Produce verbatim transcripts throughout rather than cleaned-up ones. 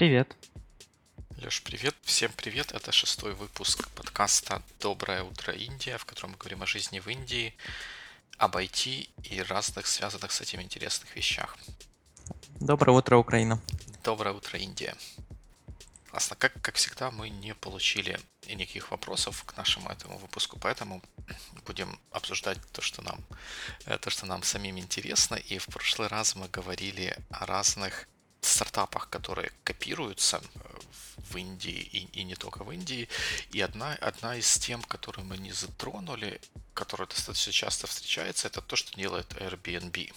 Привет. Леш, привет. Всем привет. Это шестой выпуск подкаста «Доброе утро, Индия», в котором мы говорим о жизни в Индии, об I T и разных связанных с этим интересных вещах. Доброе утро, Украина. Доброе утро, Индия. Классно. Как, как всегда, мы не получили никаких вопросов к нашему этому выпуску, поэтому будем обсуждать то, что нам, э, то, что нам самим интересно. И в прошлый раз мы говорили о разных стартапах, которые копируются э, в Индии и, и не только в Индии. И одна, одна из тем, которую мы не затронули, которая достаточно часто встречается, это то, что делает Airbnb.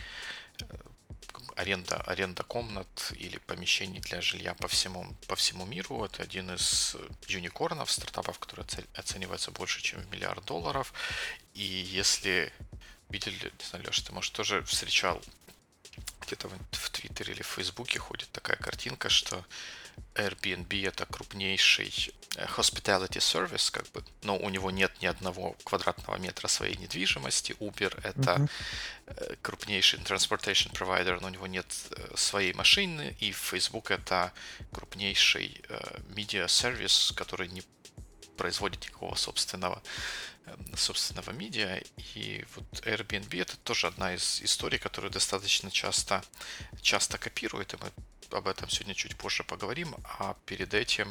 Аренда, аренда комнат или помещений для жилья по всему, по всему миру. Это один из юникорнов, стартапов, который оценивается больше, чем в миллиард долларов. И если видели, не знаю, Леша, ты, может, тоже встречал где-то в, в Твиттере или в Фейсбуке ходит такая картинка, что Airbnb это крупнейший hospitality service, как бы, но у него нет ни одного квадратного метра своей недвижимости. Uber это Мгм. крупнейший transportation provider, но у него нет своей машины, и Facebook это крупнейший медиа-сервис, который не производит никакого собственного собственного медиа. И вот Airbnb это тоже одна из историй, которую достаточно часто, часто копирует, и мы об этом сегодня чуть позже поговорим. А перед этим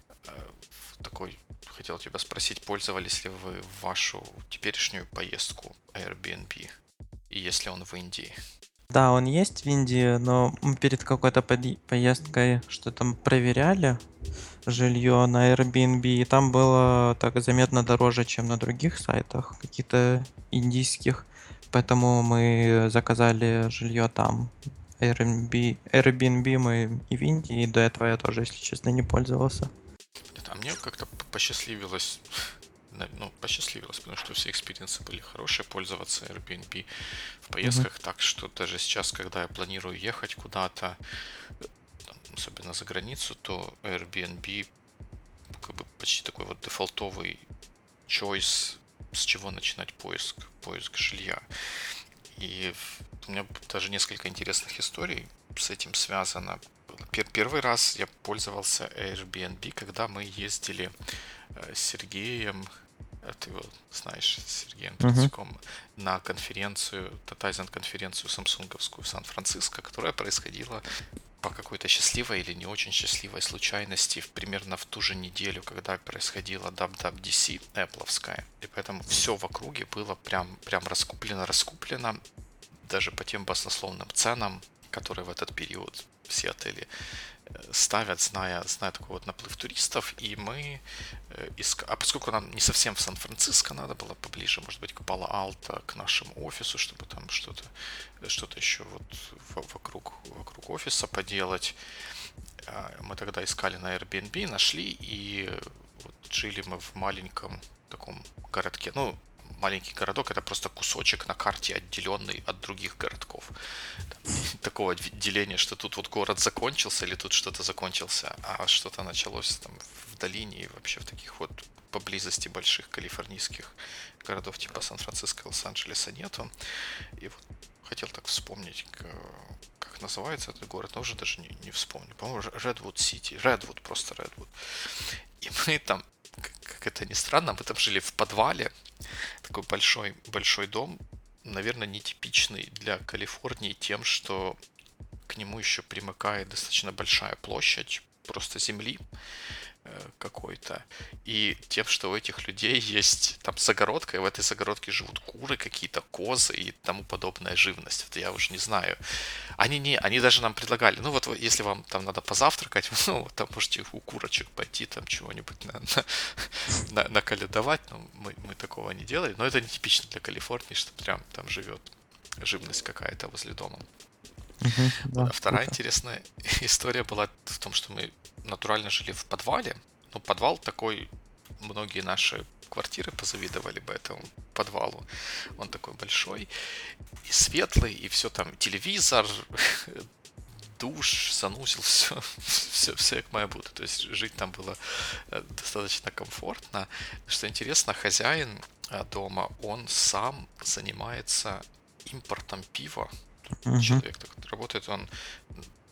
такой хотел тебя спросить, пользовались ли вы в вашу теперешнюю поездку Airbnb, и если он в Индии? Да, он есть в Индии, но мы перед какой-то поди- поездкой что там проверяли жилье на Airbnb, и там было так заметно дороже, чем на других сайтах, каких-то индийских. Поэтому мы заказали жилье там. Airbnb, Airbnb мы и в Индии, и до этого я тоже, если честно, не пользовался. А мне как-то посчастливилось, ну, посчастливилось, потому что все экспириенсы были хорошие, пользоваться Airbnb в Мгм. поездках, так что даже сейчас, когда я планирую ехать куда-то, особенно за границу, то Airbnb как бы почти такой вот дефолтовый choice, с чего начинать поиск, поиск жилья. И у меня даже несколько интересных историй с этим связано. Первый раз я пользовался Airbnb, когда мы ездили с Сергеем, ты его знаешь, с Сергеем Мгм. Третьяком, на конференцию, Тайзен-конференцию самсунговскую в Сан-Франциско, которая происходила по какой-то счастливой или не очень счастливой случайности примерно в ту же неделю, когда происходила дабл ю дабл ю ди си Apple'овская. И поэтому все в округе было прям, прям раскуплено, раскуплено, даже по тем баснословным ценам, которые в этот период все отели ставят, зная, зная такой вот наплыв туристов, и мы иск... А поскольку нам не совсем в Сан-Франциско надо было поближе, может быть, к Пало-Алто, к нашему офису, чтобы там что-то что-то еще вот вокруг, вокруг офиса поделать, мы тогда искали на Airbnb, нашли, и вот жили мы в маленьком таком городке. Ну, маленький городок это просто кусочек на карте, отделенный от других городков. Там такого деления, что тут вот город закончился или тут что-то закончился, а что-то началось там в долине и вообще в таких вот поблизости больших калифорнийских городов типа Сан-Франциско, Лос-Анджелеса нету. И вот хотел так вспомнить, как называется этот город, но уже даже не, не вспомню. По-моему, Redwood City. Redwood, просто Redwood. И мы там, как это ни странно, мы там жили в подвале. Такой большой, большой дом, наверное, нетипичный для Калифорнии тем, что к нему еще примыкает достаточно большая площадь просто земли какой-то. И тем, что у этих людей есть там загородка, и в этой загородке живут куры, какие-то козы и тому подобная живность. Это я уже не знаю. Они не, они даже нам предлагали, ну вот если вам там надо позавтракать, ну там можете у курочек пойти, там чего-нибудь на, на, на, наколядовать, но мы, мы такого не делали. Но это не типично для Калифорнии, что прям там живет живность какая-то возле дома. Мгм. Вот. Да, А вторая круто. интересная история была в том, что мы натурально жили в подвале. Ну, подвал такой, многие наши квартиры позавидовали бы этому подвалу. Он такой большой и светлый, и все там, телевизор, душ, санузел, все, все, все как мое будет. То есть жить там было достаточно комфортно. Что интересно, хозяин дома, он сам занимается импортом пива. Мгм. Человек так работает, он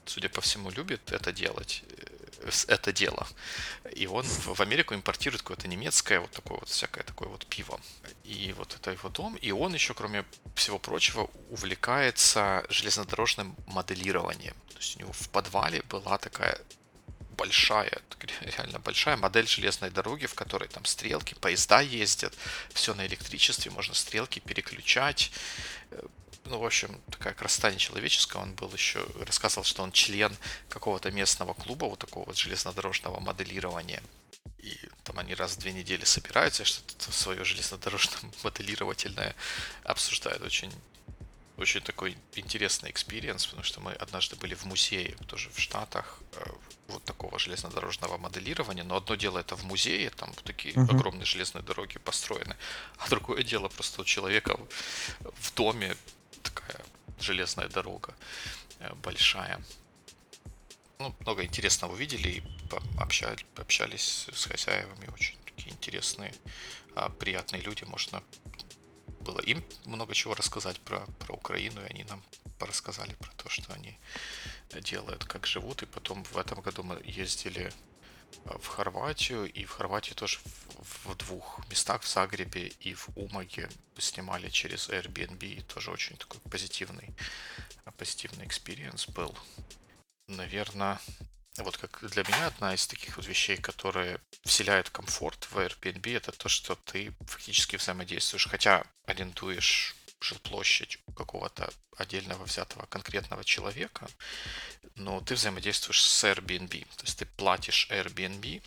судя по всему, любит это делать, э, с- это дело. И он в в Америку импортирует какое-то немецкое вот такое вот всякое такое вот пиво. И вот это его дом. И он еще, кроме всего прочего, увлекается железнодорожным моделированием. То есть у него в подвале была такая большая, так реально большая модель железной дороги, в которой там стрелки, поезда ездят, все на электричестве, можно стрелки переключать. Э, Ну, в общем, такая красота нечеловеческая. Он был еще, рассказывал, что он член какого-то местного клуба, вот такого вот железнодорожного моделирования. И там они раз в две недели собираются, и что-то свое железнодорожно-моделировательное обсуждают. Очень очень такой интересный экспириенс, потому что мы однажды были в музее, тоже в Штатах, э, вот такого железнодорожного моделирования. Но одно дело это в музее, там вот такие Мгм. огромные железные дороги построены, а другое дело просто у человека в доме такая железная дорога э, большая. Ну, много интересного увидели и общались, общались с хозяевами, очень такие интересные, а, приятные люди. Можно было им много чего рассказать про, про Украину, и они нам порассказали про то, что они делают, как живут. И потом в этом году мы ездили а, в Хорватию, и в Хорватии тоже в, в двух местах, в Загребе и в Умаге, снимали через Airbnb, и тоже очень такой позитивный, а, позитивный экспириенс был. Наверное, вот как для меня одна из таких вот вещей, которые вселяют комфорт в Airbnb, это то, что ты фактически взаимодействуешь, хотя арендуешь жилплощадь у какого-то отдельного взятого конкретного человека, но ты взаимодействуешь с Airbnb. То есть ты платишь Airbnb,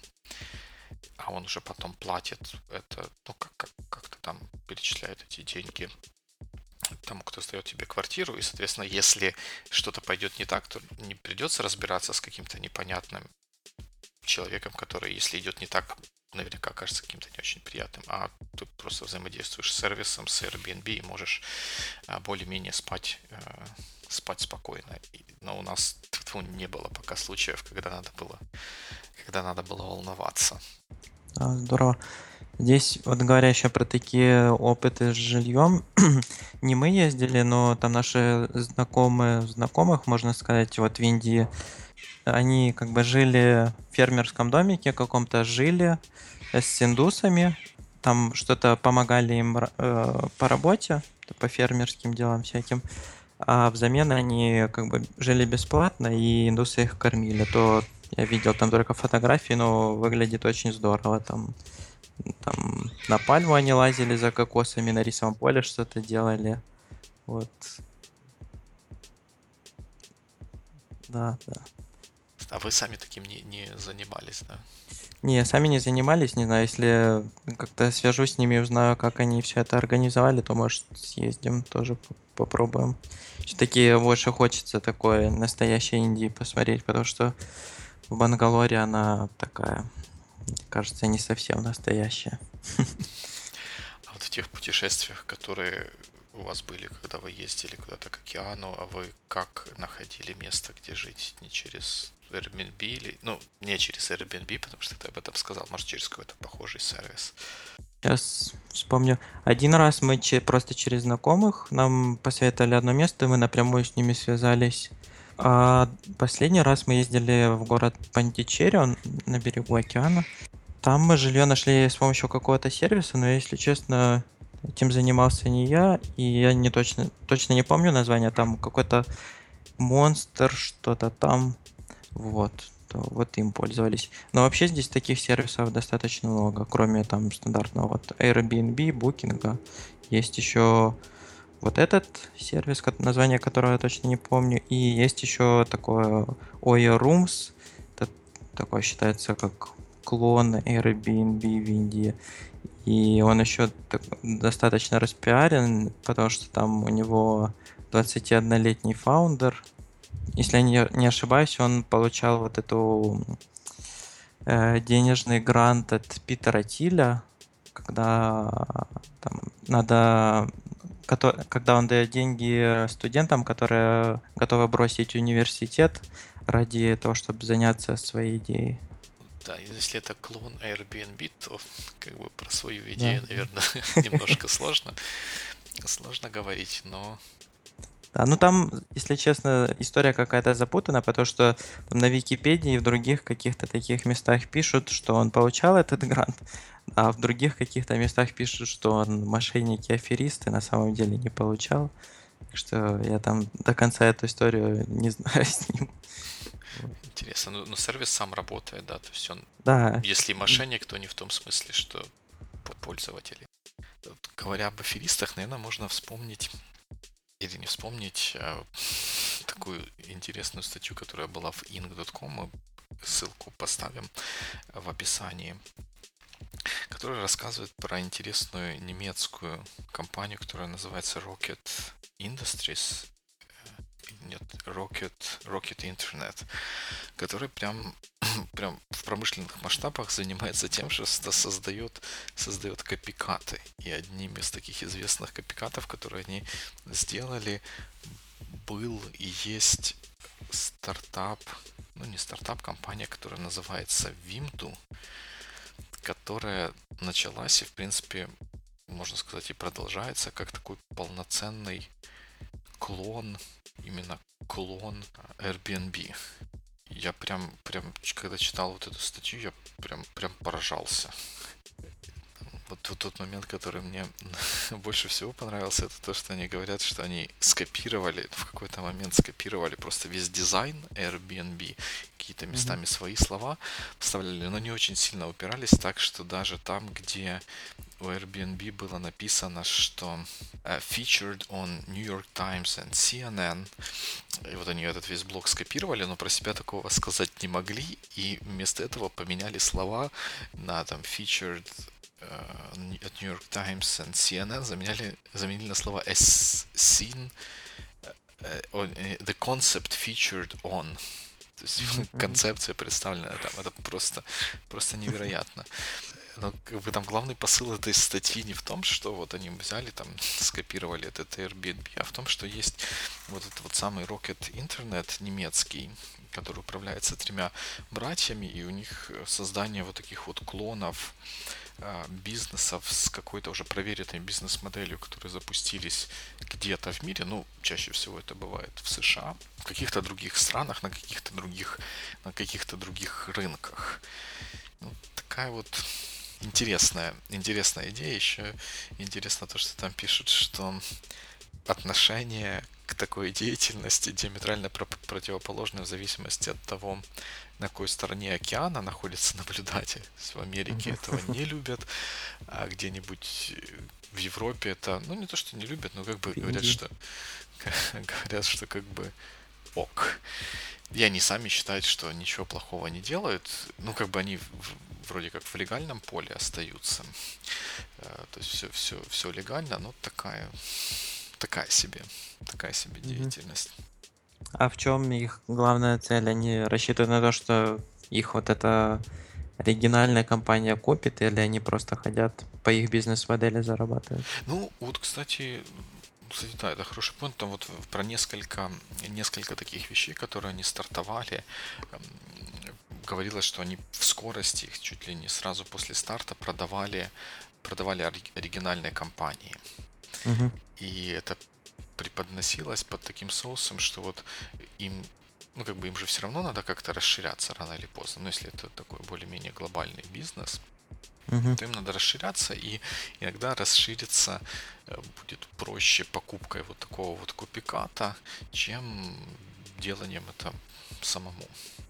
а он уже потом платит это, ну, как, как, как-то там перечисляет эти деньги тому, кто сдает тебе квартиру, и, соответственно, если что-то пойдет не так, то не придется разбираться с каким-то непонятным человеком, который, если идет не так, наверняка кажется каким-то не очень приятным, а ты просто взаимодействуешь с сервисом, с Airbnb и можешь а, более-менее спать, э, спать спокойно. И- но у нас тьфу, не было пока случаев, когда надо было, когда надо было волноваться. А, Здорово. Здесь, вот говоря еще про такие опыты с жильем, не мы ездили, но там наши знакомые знакомых, можно сказать, вот в Индии, они как бы жили в фермерском домике каком-то, жили э, с индусами, там что-то помогали им ра- э, по работе, по фермерским делам всяким, а взамен они как бы жили бесплатно, и индусы их кормили. То я видел там только фотографии, но выглядит очень здорово. Там, там на пальму они лазили за кокосами, на рисовом поле что-то делали. Вот, да, да. А вы сами таким не, не занимались, да? Не, сами не занимались, не знаю, если как-то свяжусь с ними и узнаю, как они все это организовали, то, может, съездим, тоже п- попробуем. Все-таки больше хочется такой настоящей Индии посмотреть, потому что в Бангалоре она такая, кажется, не совсем настоящая. А вот в тех путешествиях, которые у вас были, когда вы ездили куда-то к океану, а вы как находили место, где жить? Не через Airbnb или... Ну, не через Airbnb, потому что ты об этом сказал, может, через какой-то похожий сервис. Сейчас вспомню. Один раз мы че- просто через знакомых нам посоветовали одно место, и мы напрямую с ними связались. А последний раз мы ездили в город Пандичерри, он на берегу океана. Там мы жилье нашли с помощью какого-то сервиса, но, если честно, этим занимался не я, и я не точно, точно не помню название. Там какой-то монстр, что-то там. Вот. То вот им пользовались. Но вообще здесь таких сервисов достаточно много, кроме там стандартного вот Airbnb, Booking. Есть еще вот этот сервис, ко- название которого я точно не помню. И есть еще такое Oyo Rooms. Это такое считается как клон Airbnb в Индии. И он еще так- достаточно распиарен, потому что там у него двадцатиоднолетний фаундер. Если я не, не ошибаюсь, он получал вот эту э, денежный грант от Питера Тиля, когда там надо, кото- когда он дает деньги студентам, которые готовы бросить университет ради того, чтобы заняться своей идеей. Да, и если это клон Airbnb, то как бы про свою Да. идею, наверное, немножко сложно. Сложно говорить, но Да, ну там, если честно, история какая-то запутана, потому что там на Википедии и в других каких-то таких местах пишут, что он получал этот грант, а в других каких-то местах пишут, что он мошенник и аферист, и на самом деле не получал. Так что я там до конца эту историю не знаю с ним. Вот. Интересно. Ну, но сервис сам работает, да, то есть он, Да, если мошенник, то не в том смысле, что по- пользователи. Вот, говоря об аферистах, наверное, можно вспомнить или не вспомнить а, такую интересную статью, которая была в инк точка ком, мы ссылку поставим в описании, которая рассказывает про интересную немецкую компанию, которая называется Rocket Industries. Нет, Rocket, Rocket Internet, который прям, прям в промышленных масштабах занимается тем, что создает, создает копикаты. И одним из таких известных копикатов, которые они сделали, был и есть стартап, ну не стартап, компания, которая называется Vimto, которая началась и, в принципе, можно сказать, и продолжается как такой полноценный клон, именно клон Airbnb. Я прям, прям, когда читал вот эту статью, я прям, прям поражался. Вот, вот тот момент, который мне больше всего понравился, это то, что они говорят, что они скопировали, в какой-то момент скопировали просто весь дизайн Airbnb, какие-то мгм, местами свои слова вставляли, но не очень сильно упирались, так что даже там, где у Airbnb было написано, что uh, featured on New York Times and C N N, и вот они этот весь блог скопировали, но про себя такого сказать не могли, и вместо этого поменяли слова на там featured uh, от New York Times and C N N, заменяли, заменили на слова as seen, uh, on, uh, the concept featured on. То есть мгм, мгм. концепция представлена там. Это просто, просто невероятно. Но как бы там главный посыл этой статьи не в том, что вот они взяли там, скопировали этот Airbnb, а в том, что есть вот этот вот самый Rocket Internet немецкий, который управляется тремя братьями, и у них создание вот таких вот клонов а, бизнесов с какой-то уже проверенной бизнес-моделью, которые запустились где-то в мире, ну, чаще всего это бывает в США, в каких-то других странах, на каких-то других, на каких-то других рынках. Ну, такая вот интересная, интересная идея. Еще интересно то, что там пишут, что отношение к такой деятельности диаметрально про- противоположное в зависимости от того, на какой стороне океана находится наблюдатель. То есть в Америке Мгм. этого не любят, а где-нибудь в Европе это, ну не то, что не любят, но как бы В говорят, Индии. что говорят, что как бы ок. И они сами считают, что ничего плохого не делают. Ну, как бы они в- вроде как в легальном поле остаются. Э, То есть все, все, все легально, но такая, такая себе, такая себе Мгм. деятельность. А в чем их главная цель? Они рассчитывают на то, что их вот эта оригинальная компания купит, или они просто хотят по их бизнес-модели зарабатывать? Ну, вот, кстати, кстати, да, это хороший point. Там вот про несколько, несколько таких вещей, которые они стартовали. Эм, Говорилось, что они в скорости, их чуть ли не сразу после старта продавали, продавали ори- оригинальные компании. Мгм. И это преподносилось под таким соусом, что вот им, ну как бы им же все равно надо как-то расширяться рано или поздно. Ну если это такой более-менее глобальный бизнес, Мгм. то им надо расширяться, и иногда расшириться э, будет проще покупкой вот такого вот копиката, чем деланием это самому.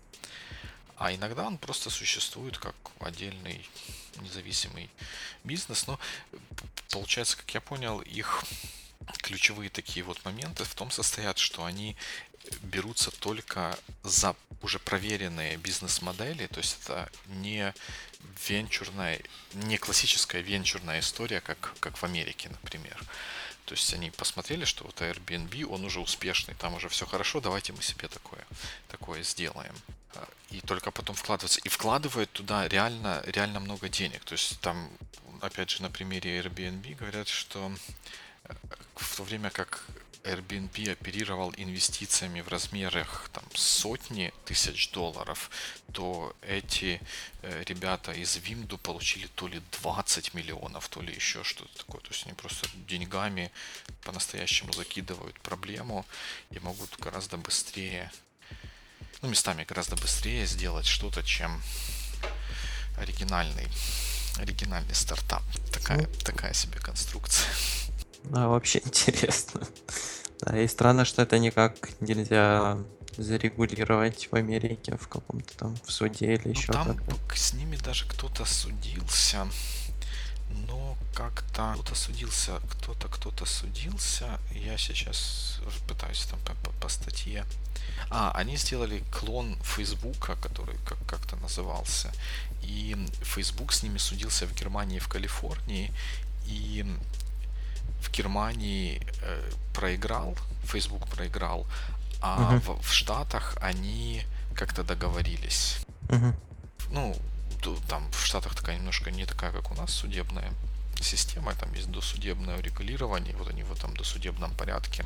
А иногда он просто существует как отдельный независимый бизнес. Но получается, как я понял, их ключевые такие вот моменты в том состоят, что они берутся только за уже проверенные бизнес-модели, то есть это не венчурная, не классическая венчурная история, как, как в Америке, например. То есть они посмотрели, что вот Airbnb, он уже успешный, там уже все хорошо, давайте мы себе такое, такое сделаем. А, И только потом вкладываться. И вкладывают туда реально, реально много денег. То есть там, опять же, на примере Airbnb говорят, что в то время как Airbnb оперировал инвестициями в размерах там, сотни тысяч долларов, то эти э, ребята из Вимду получили то ли двадцать миллионов, то ли еще что-то такое. То есть они просто деньгами по-настоящему закидывают проблему и могут гораздо быстрее, ну местами гораздо быстрее сделать что-то, чем оригинальный, оригинальный стартап. Такая, Ну, такая себе конструкция. да, вообще интересно. Да, и странно, что это никак нельзя зарегулировать в Америке в каком-то там в суде или Ну еще там как-то. к- с ними даже кто-то судился, но как-то кто-то судился, кто-то, кто-то судился. Я сейчас уже пытаюсь там по, по- по статье. А, они сделали клон Фейсбука, который как- как-то назывался. И Facebook с ними судился в Германии и в Калифорнии. И в Германии э, проиграл, Facebook проиграл, а Мгм, в, в Штатах они как-то договорились. мгм, Ну, ду- там в Штатах такая немножко не такая, как у нас, судебная система, там есть досудебное урегулирование, вот они в этом досудебном порядке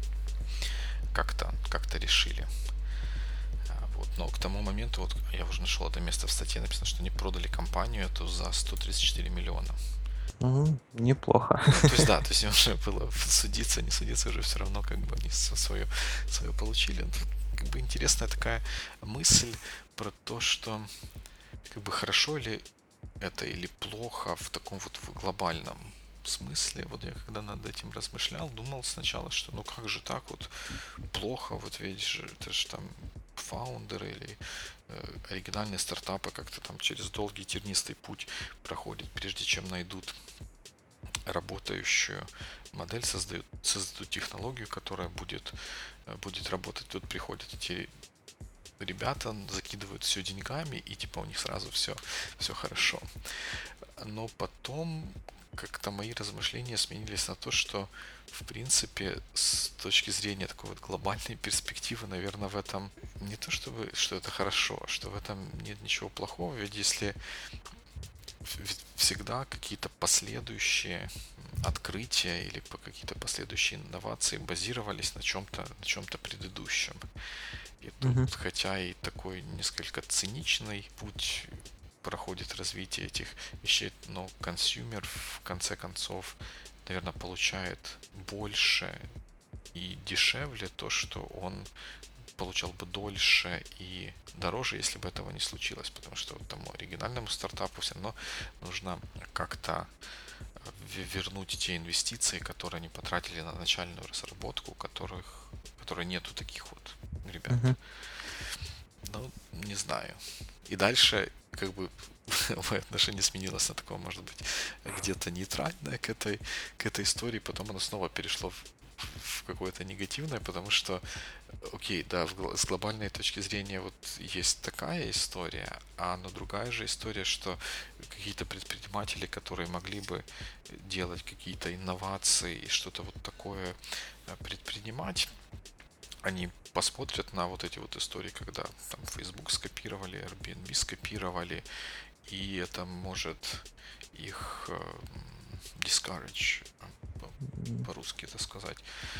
как-то как-то решили. А, Вот. Но к тому моменту, вот я уже нашел это место в статье, написано, что они продали компанию эту за сто тридцать четыре миллиона. мгм. Неплохо. Ну, то есть, да, то есть им уже было судиться, не судиться, уже все равно как бы они свое, свое получили. Тут как бы интересная такая мысль про то, что как бы хорошо ли это или плохо в таком вот в глобальном смысле. Вот я когда над этим размышлял, думал сначала, что ну как же так вот плохо, вот видишь, же, это же там фаундеры или э, оригинальные стартапы как-то там через долгий тернистый путь проходят, прежде чем найдут работающую модель, создают, создают технологию, которая будет, э, будет работать. Тут приходят эти ребята, закидывают все деньгами, и типа у них сразу все, все хорошо. Но потом как-то мои размышления сменились на то, что в принципе с точки зрения такой вот глобальной перспективы, наверное, в этом не то чтобы, что это хорошо, что в этом нет ничего плохого, ведь если всегда какие-то последующие открытия или по какие-то последующие инновации базировались на чем-то на чем-то предыдущем. И тут, Мгм, хотя и такой несколько циничный путь проходит развитие этих вещей, но консюмер в конце концов, наверное, получает больше и дешевле то, что он получал бы дольше и дороже, если бы этого не случилось, потому что вот тому оригинальному стартапу все равно нужно как-то вернуть те инвестиции, которые они потратили на начальную разработку, которых, которой нету таких вот ребят. мгм. Ну, не знаю. И дальше, как бы, мое отношение сменилось на такое, может быть, где-то нейтральное к этой, к этой истории, потом оно снова перешло в, в какое-то негативное, потому что, окей, да, в гл- с глобальной точки зрения вот есть такая история, а но другая же история, что какие-то предприниматели, которые могли бы делать какие-то инновации и что-то вот такое э, предпринимать, они посмотрят на вот эти вот истории, когда там Facebook скопировали, Airbnb скопировали, и это может их э, discourage, э, М, по-русски это сказать.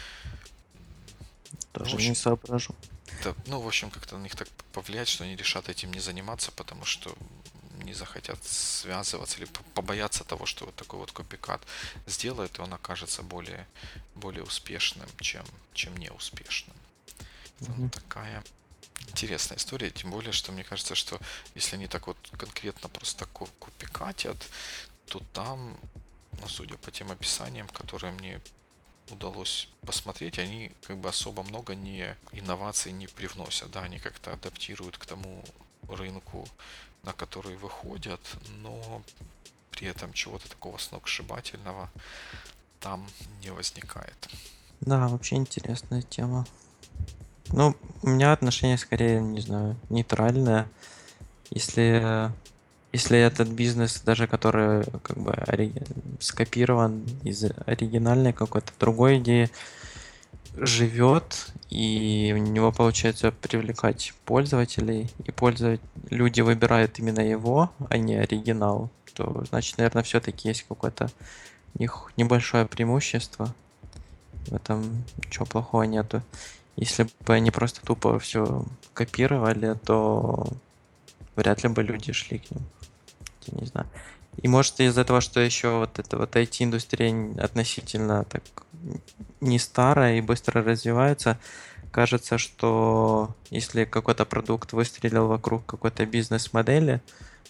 Ну, в Тоже не общем, соображу. да, ну, в общем, как-то на них так повлиять, что они решат этим не заниматься, потому что не захотят связываться или п- побоятся того, что вот такой вот копикат сделает, и он окажется более, более успешным, чем, чем неуспешным. Это Мгм. такая интересная история, тем более, что мне кажется, что если они так вот конкретно просто ко- копикатят, то там, ну, судя по тем описаниям, которые мне удалось посмотреть, они как бы особо много не инноваций не привносят, да, они как-то адаптируют к тому рынку, на который выходят, но при этом чего-то такого сногсшибательного там не возникает. Да, вообще интересная тема. Ну, у меня отношение скорее, не знаю, нейтральное. Если, если этот бизнес, даже который как бы ори- скопирован из оригинальной какой-то другой идеи, живет, и у него получается привлекать пользователей, и пользовать... люди выбирают именно его, а не оригинал, то значит, наверное, все-таки есть какое-то у них небольшое преимущество. В этом ничего плохого нету. Если бы они просто тупо все копировали, то вряд ли бы люди шли к ним. Я не знаю. И может из-за того, что еще вот эта вот ай ти-индустрия относительно так не старая и быстро развивается, кажется, что если какой-то продукт выстрелил вокруг какой-то бизнес-модели,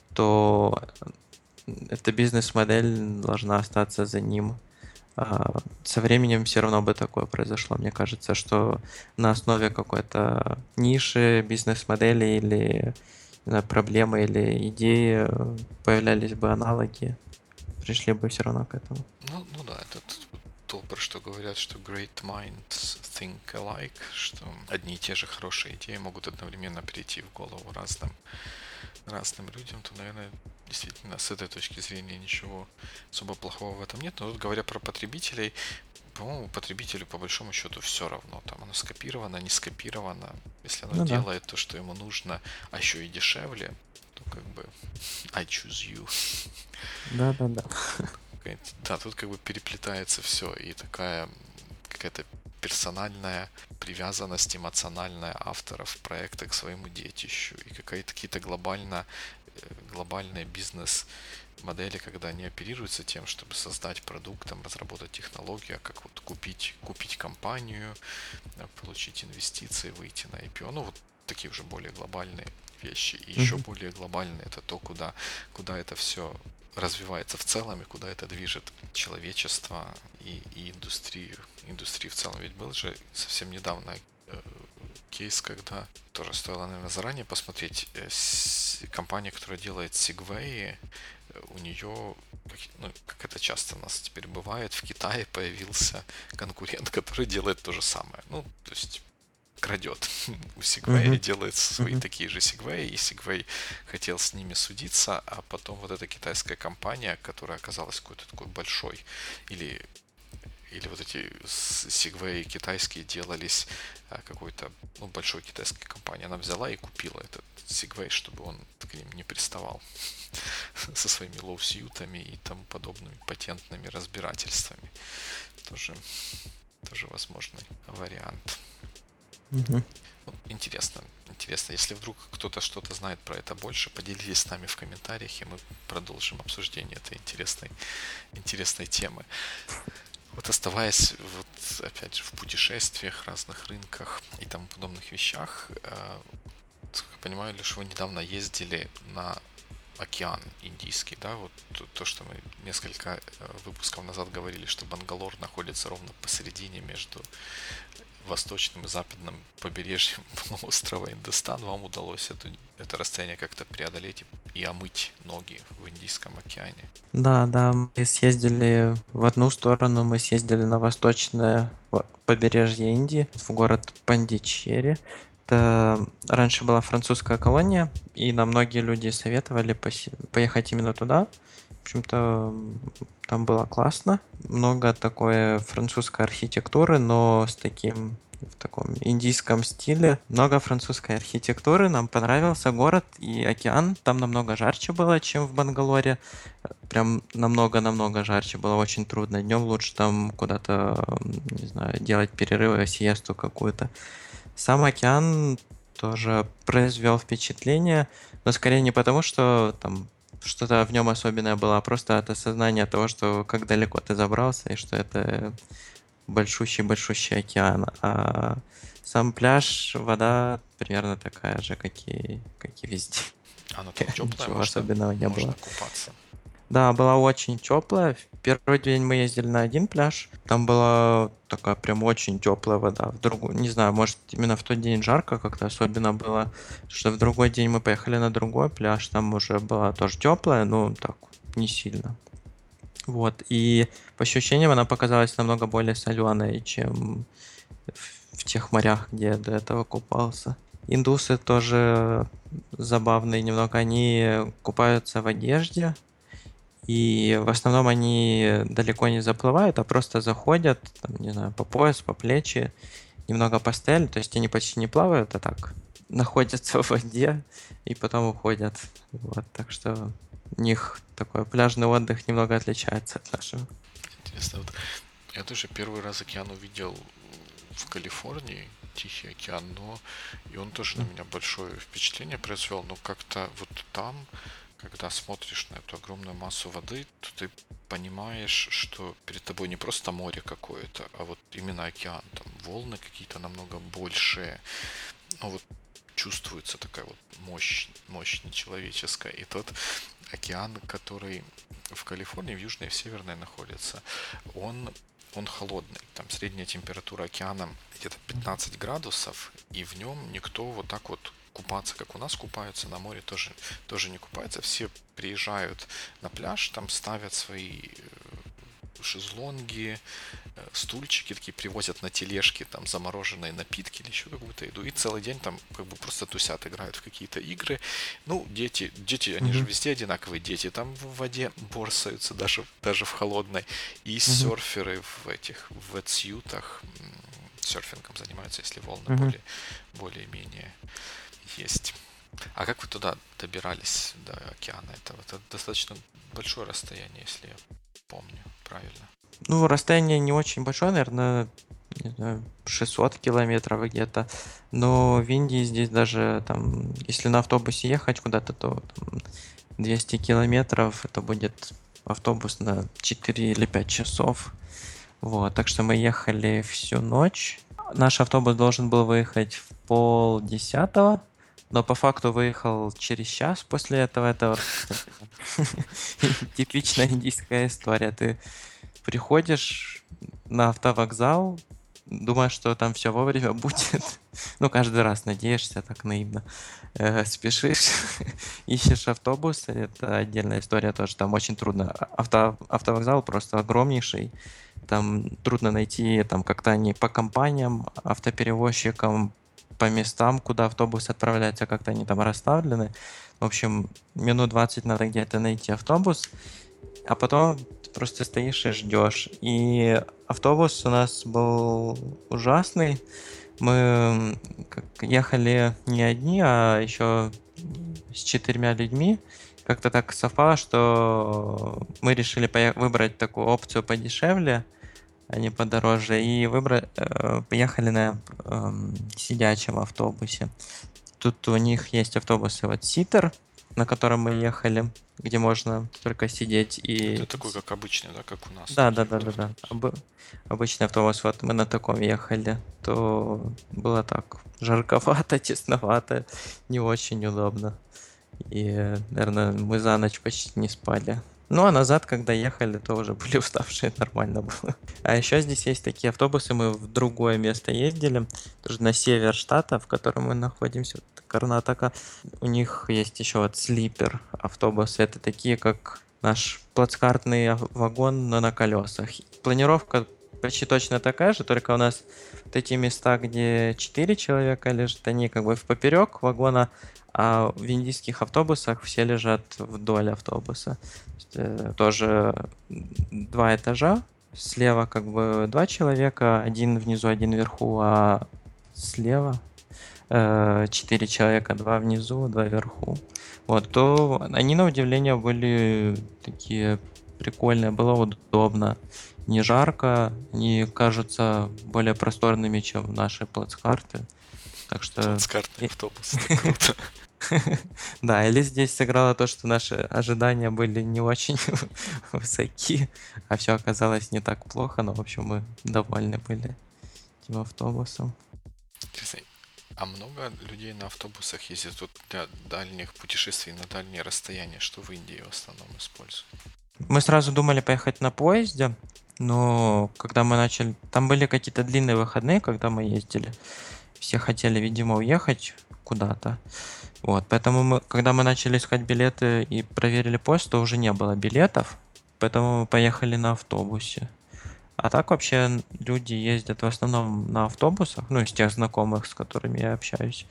то эта бизнес-модель должна остаться за ним. А со временем все равно бы такое произошло. Мне кажется, что на основе какой-то ниши, бизнес-модели или не знаю, проблемы или идеи э, появлялись бы аналоги, пришли бы все равно к этому. Ну, ну да, это то, про что говорят, что great minds think alike, что одни и те же хорошие идеи могут одновременно прийти в голову разным, разным людям, то, наверное, действительно, с этой точки зрения ничего особо плохого в этом нет. Но тут, говоря про потребителей, по-моему, потребителю по большому счету все равно. Там оно скопировано, не скопировано. Если оно Ну да. делает то, что ему нужно, а еще и дешевле, то как бы I choose you. Да-да-да. Да, тут как бы переплетается все. И такая какая-то персональная привязанность эмоциональная авторов проекта к своему детищу. И какие-то какие-то глобально, глобальные бизнес-модели, когда они оперируются тем, чтобы создать продукт, там, разработать технологию, а как вот купить, купить компанию, получить инвестиции, выйти на ай пи о. Ну, вот такие уже более глобальные вещи. И еще Мгм. более глобальные это то, куда, куда это все развивается в целом и куда это движет человечество и, и индустрию. Индустрию в целом. Ведь был же совсем недавно э, кейс, когда тоже стоило, наверное, заранее посмотреть. Э, с, компания, которая делает Segway, э, у нее, как, ну, как это часто у нас теперь бывает, в Китае появился конкурент, который делает то же самое. Ну, то есть крадет у Segway, Мгм. делает свои Мгм. такие же Segway, и Segway хотел с ними судиться, а потом вот эта китайская компания, которая оказалась какой-то такой большой, или или вот эти Segway китайские делались а, какой-то ну, большой китайской компанией, она взяла и купила этот Segway, чтобы он к ним не приставал со своими лоу-сьютами и тому подобными патентными разбирательствами. Тоже, тоже возможный вариант. Мгм. Ну, интересно, интересно. Если вдруг кто-то что-то знает про это больше, поделитесь с нами в комментариях, и мы продолжим обсуждение этой интересной, интересной темы. Вот оставаясь вот опять же в путешествиях, разных рынках и тому подобных вещах, э, я понимаю, лишь вы недавно ездили на океан Индийский, да, вот то, то, что мы несколько э, выпусков назад говорили, что Бангалор находится ровно посередине между восточным и западным побережьем полуострова Индостан. Вам удалось это, это расстояние как-то преодолеть и, и омыть ноги в Индийском океане. Да, да, мы съездили в одну сторону, мы съездили на восточное во- побережье Индии, в город Пандичери. Это раньше была французская колония, и нам многие люди советовали посе- поехать именно туда. В общем-то, м, там было классно. Много такой французской архитектуры, но с таким в таком индийском стиле. Много французской архитектуры. Нам понравился город и океан. Там намного жарче было, чем в Бангалоре. Прям намного-намного жарче. Было очень трудно. Днем лучше там куда-то, м, не знаю, делать перерывы, сиесту какую-то. Сам океан тоже произвел впечатление, но скорее не потому, что там что-то в нем особенное было, а просто от осознания того, что как далеко ты забрался, и что это большущий-большущий океан. А сам пляж, вода примерно такая же, как и, как и везде. Она там теплая, Ничего можно, особенного не можно было. купаться. Да, была очень теплая. В первый день мы ездили на один пляж. Там была такая прям очень теплая вода. В другой, не знаю, может именно в тот день жарко как-то особенно было, что в другой день мы поехали на другой пляж. Там уже была тоже теплая, но так не сильно. Вот. И по ощущениям она показалась намного более соленой, чем в в тех морях, где я до этого купался. Индусы тоже забавные немного. Они купаются в одежде, и в основном они далеко не заплывают, а просто заходят, там, не знаю, по пояс, по плечи, немного по стель, то есть они почти не плавают, а так находятся в воде и потом уходят. Вот, так что у них такой пляжный отдых немного отличается от нашего. Интересно, вот Я даже первый раз океан увидел в Калифорнии, Тихий океан, но и он тоже на М, меня большое впечатление произвел, но как-то вот там, когда смотришь на эту огромную массу воды, то ты понимаешь, что перед тобой не просто море какое-то, а вот именно океан, там волны какие-то намного большие, ну вот чувствуется такая вот мощь, мощь нечеловеческая. И тот океан, который в Калифорнии, в Южной и в Северной находится, он, он холодный. Там средняя температура океана где-то пятнадцать градусов, и в нем никто вот так вот купаться, как у нас купаются, на море тоже, тоже не купаются. Все приезжают на пляж, там ставят свои шезлонги, э, стульчики такие привозят на тележке, там замороженные напитки или еще какую-то еду. И целый день там как бы просто тусят, играют в какие-то игры. Ну, дети, дети, они же мгм, везде одинаковые. Дети там в воде борсаются, даже, даже в холодной. И мгм, серферы в этих, в ветсьютах м, серфингом занимаются, если волны мгм. более, более-менее есть. А как вы туда добирались, до океана этого? Это достаточно большое расстояние, если я помню правильно. Ну, расстояние не очень большое, наверное, не знаю, шестьсот километров где-то. Но в Индии здесь даже там, если на автобусе ехать куда-то, то там двести километров, это будет автобус на четыре или пять часов. Вот, так что мы ехали всю ночь. Наш автобус должен был выехать в полдесятого, но по факту выехал через час после этого. Это вот типичная индийская история. Ты приходишь на автовокзал, думаешь, что там все вовремя будет. Ну, каждый раз надеешься так наивно. Э, спешишь, ищешь автобус. Это отдельная история тоже. Там очень трудно. Авто, автовокзал просто огромнейший. Там трудно найти, там как-то они по компаниям, автоперевозчикам, по местам, куда автобус отправляется, как-то они там расставлены. В общем, минут двадцать надо где-то найти автобус, а потом ты просто стоишь и ждешь. И автобус у нас был ужасный. Мы м, как ехали не одни, а еще с четырьмя людьми. Как-то так совпало, что мы решили поех- выбрать такую опцию подешевле, а не подороже, и выбрали, поехали на эм, сидячем автобусе. Тут у них есть автобусы, вот Ситер, на котором мы ехали, где можно только сидеть Это и... такой, как обычный, да, как у нас Да, да, такие да, вот да, да. автобусы. Обы- Обычный автобус, вот мы на таком ехали, то было так жарковато, тесновато, не очень удобно. И, наверное, мы за ночь почти не спали. Ну, а назад, когда ехали, то уже были уставшие, нормально было. А еще здесь есть такие автобусы, мы в другое место ездили, тоже на север штата, в котором мы находимся, вот Карнатака. У них есть еще вот слипер автобусы, это такие, как наш плацкартный ав- вагон, но на колесах. Планировка почти точно такая же, только у нас вот эти места, где четыре человека лежат, они как бы в поперек вагона, а в индийских автобусах все лежат вдоль автобуса. То есть, э, тоже два этажа. Слева как бы два человека, один внизу, один вверху, а слева э, четыре человека, два внизу, два вверху. Вот, то они на удивление были такие прикольные, было удобно. Не жарко, они кажутся более просторными, чем наши плацкарты. Так что Плацкартный и- автобус, это круто. да, или здесь сыграло то, что наши ожидания были не очень высоки, а все оказалось не так плохо, но, в общем, мы довольны были этим автобусом. Интересно, а много людей на автобусах ездит тут для дальних путешествий на дальние расстояния, что в Индии в основном используют? Мы сразу думали поехать на поезде, но когда мы начали... Там были какие-то длинные выходные, когда мы ездили. Все хотели, видимо, уехать куда-то. Вот, поэтому мы, когда мы начали искать билеты и проверили поезд, то уже не было билетов, поэтому мы поехали на автобусе. А так вообще люди ездят в основном на автобусах, ну, из тех знакомых, с которыми я общаюсь.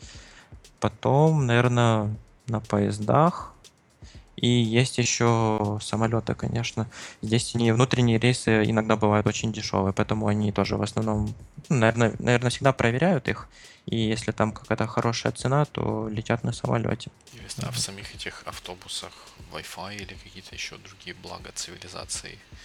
Потом, наверное, на поездах. И есть еще самолеты, конечно. Здесь они, внутренние рейсы иногда бывают очень дешевые, поэтому они тоже в основном, ну, наверное, наверное, всегда проверяют их. И если там какая-то хорошая цена, то летят на самолете. Интересно, а в самих этих автобусах Wi-Fi или какие-то еще другие блага цивилизации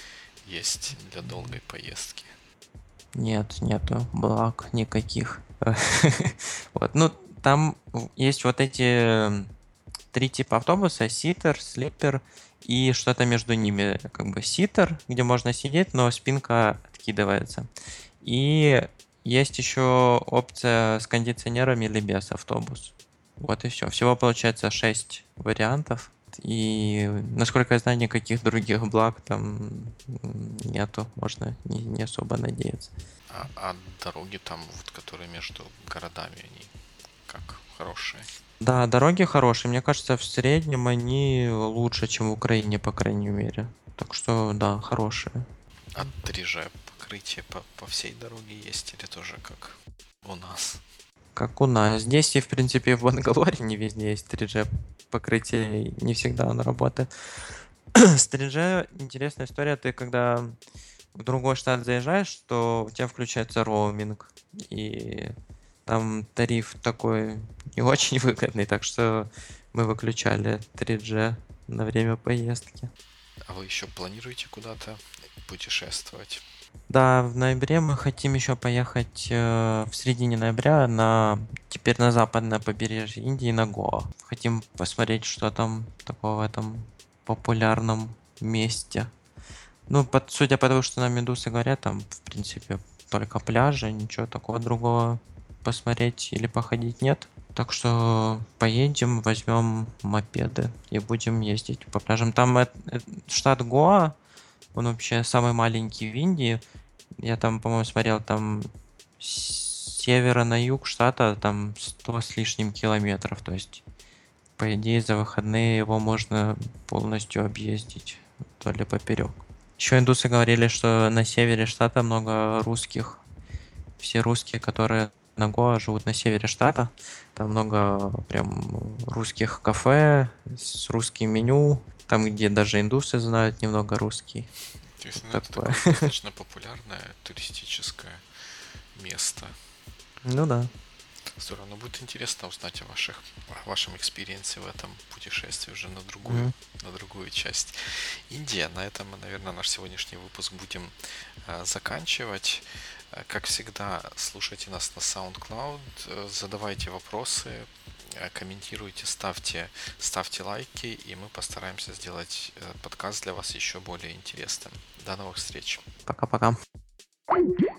есть для долгой поездки? Нет, нету благ никаких. Вот, ну, там в- есть вот эти м, три типа автобуса: ситер, слипер и что-то между ними. Как бы ситер, где можно сидеть, но спинка откидывается. И есть еще опция с кондиционером или без автобус. Вот и все. Всего получается шесть вариантов. И, насколько я знаю, никаких других благ там м, нету. Можно не, не особо надеяться. А, а дороги там, вот, которые между городами, они как хорошие? Да, дороги хорошие. Мне кажется, в среднем они лучше, чем в Украине, по крайней мере. Так что, да, хорошие. А три джи покрытие по, по всей дороге есть или тоже как у нас? Как у нас. Здесь и, в принципе, в Бангалоре не везде есть три джи покрытие, и не всегда оно работает. С три джи интересная история. Ты когда в другой штат заезжаешь, то у тебя включается роуминг. И там тариф такой не очень выгодный, так что мы выключали три джи на время поездки. А вы еще планируете куда-то путешествовать? Да, в ноябре мы хотим еще поехать э, в середине ноября на теперь на западное побережье Индии, на Гоа. Хотим посмотреть, что там такого в этом популярном месте. Ну, под, судя по тому, что нам индусы говорят, там, в принципе, только пляжи, ничего такого другого посмотреть или походить нет. Так что поедем, возьмем мопеды и будем ездить по пляжам. Там э- э, штат Гоа, он вообще самый маленький в Индии. Я там, по-моему, смотрел, там с севера на юг штата там сто с лишним километров. То есть, по идее, за выходные его можно полностью объездить вдоль и поперек. Еще индусы говорили, что на севере штата много русских. Все русские, которые на Гоа, живут на севере штата. Там много прям русских кафе с русским меню. Там, где даже индусы знают немного русский. То есть, Вот ну, это такое. такое достаточно популярное туристическое место. Ну да. Здорово, но будет интересно узнать о ваших, о вашем экспириенсе в этом путешествии уже на другую, Мгм. на другую часть. Индия. На этом мы, наверное, наш сегодняшний выпуск будем э, заканчивать. Э, Как всегда, слушайте нас на SoundCloud, э, задавайте вопросы, э, комментируйте, ставьте, ставьте лайки, и мы постараемся сделать э, подкаст для вас еще более интересным. До новых встреч! Пока-пока.